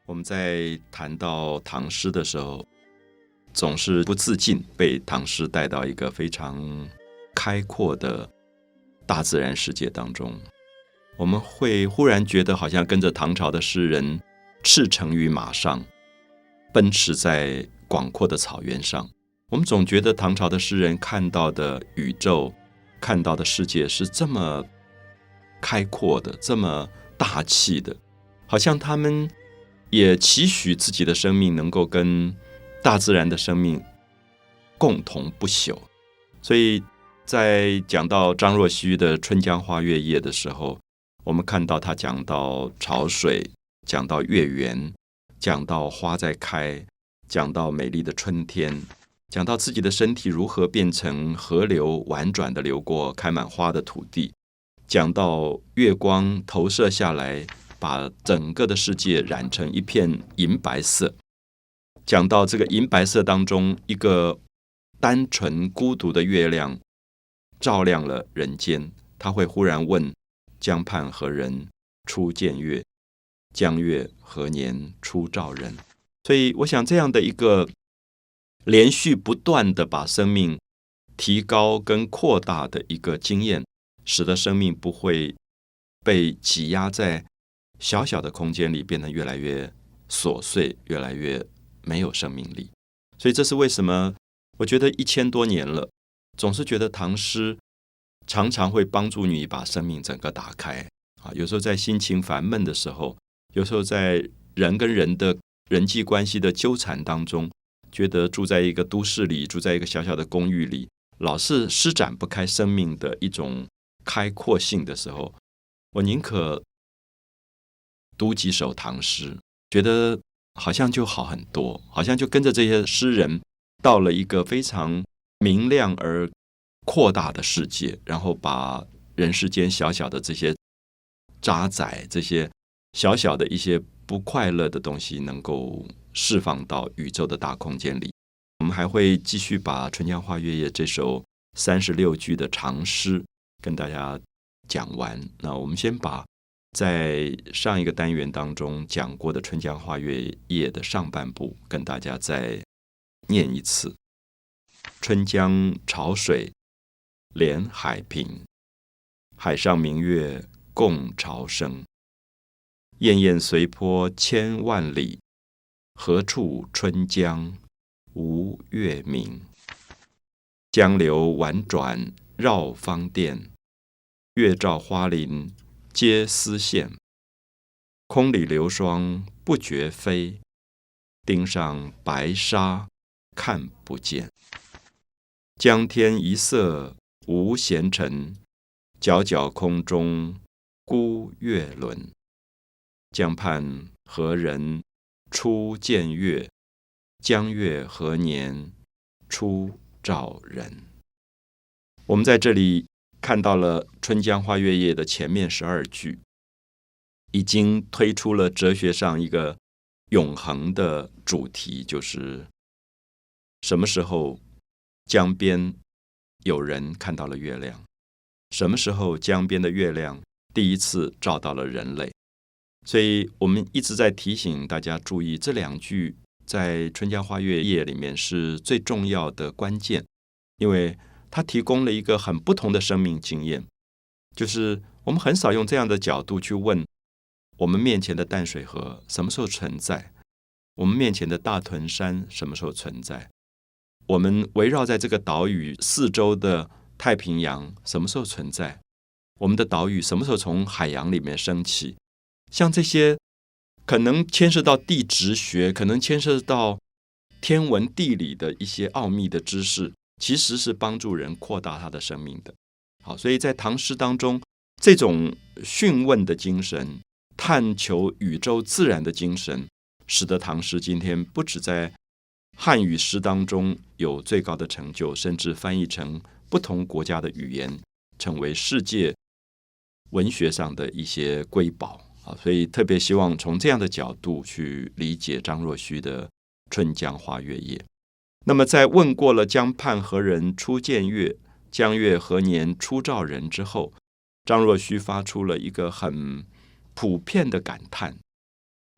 我们在谈到唐诗的时候，总是不自禁被唐诗带到一个非常开阔的大自然世界当中。我们会忽然觉得好像跟着唐朝的诗人驰骋于马上，奔驰在广阔的草原上。我们总觉得唐朝的诗人看到的宇宙，看到的世界是这么开阔的，这么大气的，好像他们也期许自己的生命能够跟大自然的生命共同不朽。所以在讲到张若虚的《春江花月夜》的时候，我们看到他讲到潮水，讲到月圆，讲到花在开，讲到美丽的春天，讲到自己的身体如何变成河流婉转地流过开满花的土地，讲到月光投射下来，把整个的世界染成一片银白色，讲到这个银白色当中，一个单纯孤独的月亮照亮了人间。他会忽然问：江畔何人初见月？江月何年初照人？所以我想这样的一个连续不断的把生命提高跟扩大的一个经验，使得生命不会被挤压在小小的空间里，变得越来越琐碎，越来越没有生命力。所以这是为什么我觉得1000多年了，总是觉得唐诗常常会帮助你把生命整个打开。有时候在心情烦闷的时候，有时候在人跟人的人际关系的纠缠当中，觉得住在一个都市里，住在一个小小的公寓里，老是施展不开生命的一种开阔性的时候，我宁可读几首唐诗，觉得好像就好很多，好像就跟着这些诗人到了一个非常明亮而扩大的世界，然后把人世间小小的这些渣滓，这些小小的一些不快乐的东西能够释放到宇宙的大空间里。我们还会继续把《春江花月夜》这首36句的长诗跟大家讲完。那我们先把在上一个单元当中讲过的《春江花月夜》的上半部跟大家再念一次。春江潮水连海平，海上明月共潮生。滟滟随波千万里，何处春江无月明？江流宛转绕芳甸，月照花林皆丝线。空里流霜不觉飞，汀上白沙看不见。江天一色无闲尘，皎皎空中孤月轮。江畔何人初见月？江月何年初照人？我们在这里看到了《春江花月夜》的前面12句，已经推出了哲学上一个永恒的主题，就是什么时候江边有人看到了月亮，什么时候江边的月亮第一次照到了人类。所以我们一直在提醒大家注意，这2句在《春江花月夜》里面是最重要的关键，因为它提供了一个很不同的生命经验，就是我们很少用这样的角度去问我们面前的淡水河什么时候存在，我们面前的大屯山什么时候存在，我们围绕在这个岛屿四周的太平洋什么时候存在，我们的岛屿什么时候从海洋里面升起。像这些可能牵涉到地质学，可能牵涉到天文地理的一些奥秘的知识，其实是帮助人扩大他的生命的。好，所以在唐诗当中，这种询问的精神，探求宇宙自然的精神，使得唐诗今天不只在汉语诗当中有最高的成就，甚至翻译成不同国家的语言，成为世界文学上的一些瑰宝。所以特别希望从这样的角度去理解张若虚的《春江花月夜》。那么在问过了江畔何人初见月，江月何年初照人之后，张若虚发出了一个很普遍的感叹，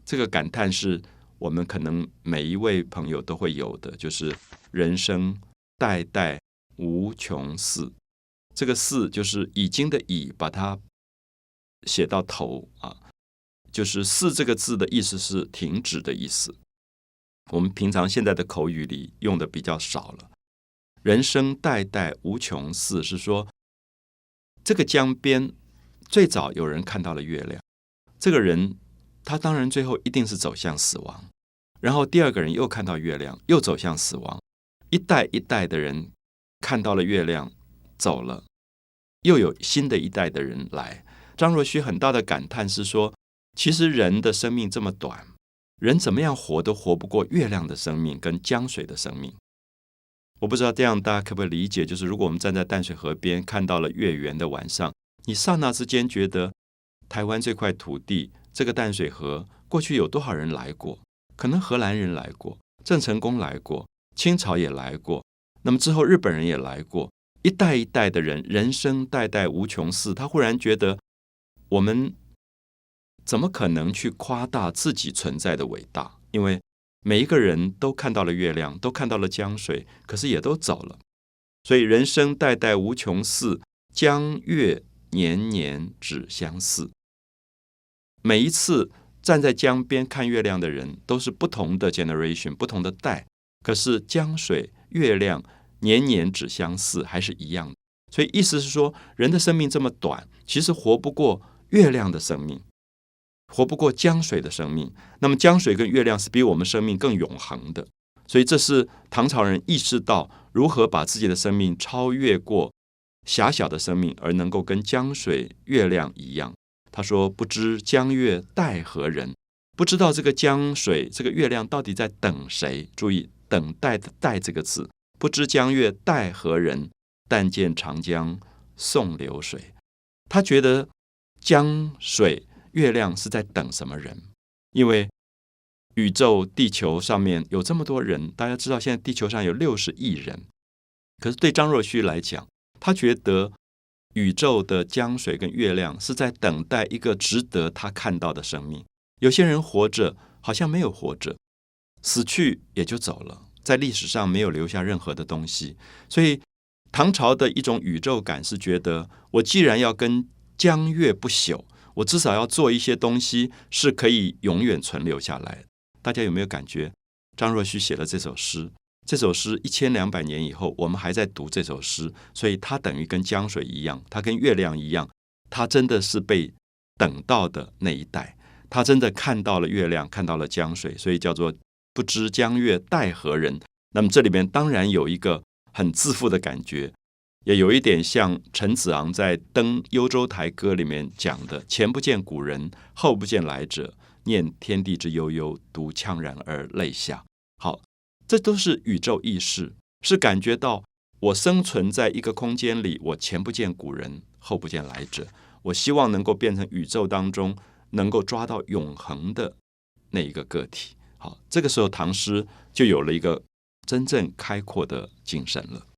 这个感叹是我们可能每一位朋友都会有的，就是人生代代无穷寺。这个寺就是已经的已，把它写到头啊，就是寺这个字的意思是停止的意思。我们平常现在的口语里用的比较少了。人生代代无穷寺是说，这个江边最早有人看到了月亮，这个人他当然最后一定是走向死亡，然后第二个人又看到月亮，又走向死亡，一代一代的人看到了月亮走了，又有新的一代的人来。张若虚很大的感叹是说，其实人的生命这么短，人怎么样活都活不过月亮的生命跟江水的生命。我不知道这样大家可不可以理解，就是如果我们站在淡水河边看到了月圆的晚上，你刹那之间觉得台湾这块土地，这个淡水河过去有多少人来过？可能荷兰人来过，郑成功来过，清朝也来过，那么之后日本人也来过，一代一代的人，人生代代无穷寺。他忽然觉得，我们怎么可能去夸大自己存在的伟大？因为每一个人都看到了月亮，都看到了江水，可是也都走了。所以人生代代无穷寺，江月年年只相似。每一次站在江边看月亮的人都是不同的 generation， 不同的代，可是江水、月亮年年只相似，还是一样的。所以意思是说，人的生命这么短，其实活不过月亮的生命，活不过江水的生命。那么江水跟月亮是比我们生命更永恒的，所以这是唐朝人意识到如何把自己的生命超越过狭小的生命，而能够跟江水、月亮一样。他说，不知江月待何人，不知道这个江水、这个月亮到底在等谁。注意等待的待这个字，不知江月待何人，但见长江送流水。他觉得江水、月亮是在等什么人？因为宇宙地球上面有这么多人，大家知道现在地球上有60亿人，可是对张若虚来讲，他觉得宇宙的江水跟月亮是在等待一个值得他看到的生命。有些人活着好像没有活着，死去也就走了，在历史上没有留下任何的东西。所以唐朝的一种宇宙感是觉得，我既然要跟江月不朽，我至少要做一些东西是可以永远存留下来。大家有没有感觉张若虚写了这首诗，这首诗1200年以后我们还在读这首诗，所以它等于跟江水一样，它跟月亮一样，它真的是被等到的那一代，他真的看到了月亮，看到了江水，所以叫做不知江月待何人。那么这里面当然有一个很自负的感觉，也有一点像陈子昂在《登幽州台歌》里面讲的，前不见古人，后不见来者，念天地之悠悠，独怆然而泪下。好，这都是宇宙意识，是感觉到我生存在一个空间里，我前不见古人，后不见来者，我希望能够变成宇宙当中能够抓到永恒的那一个个体。好，这个时候唐诗就有了一个真正开阔的精神了。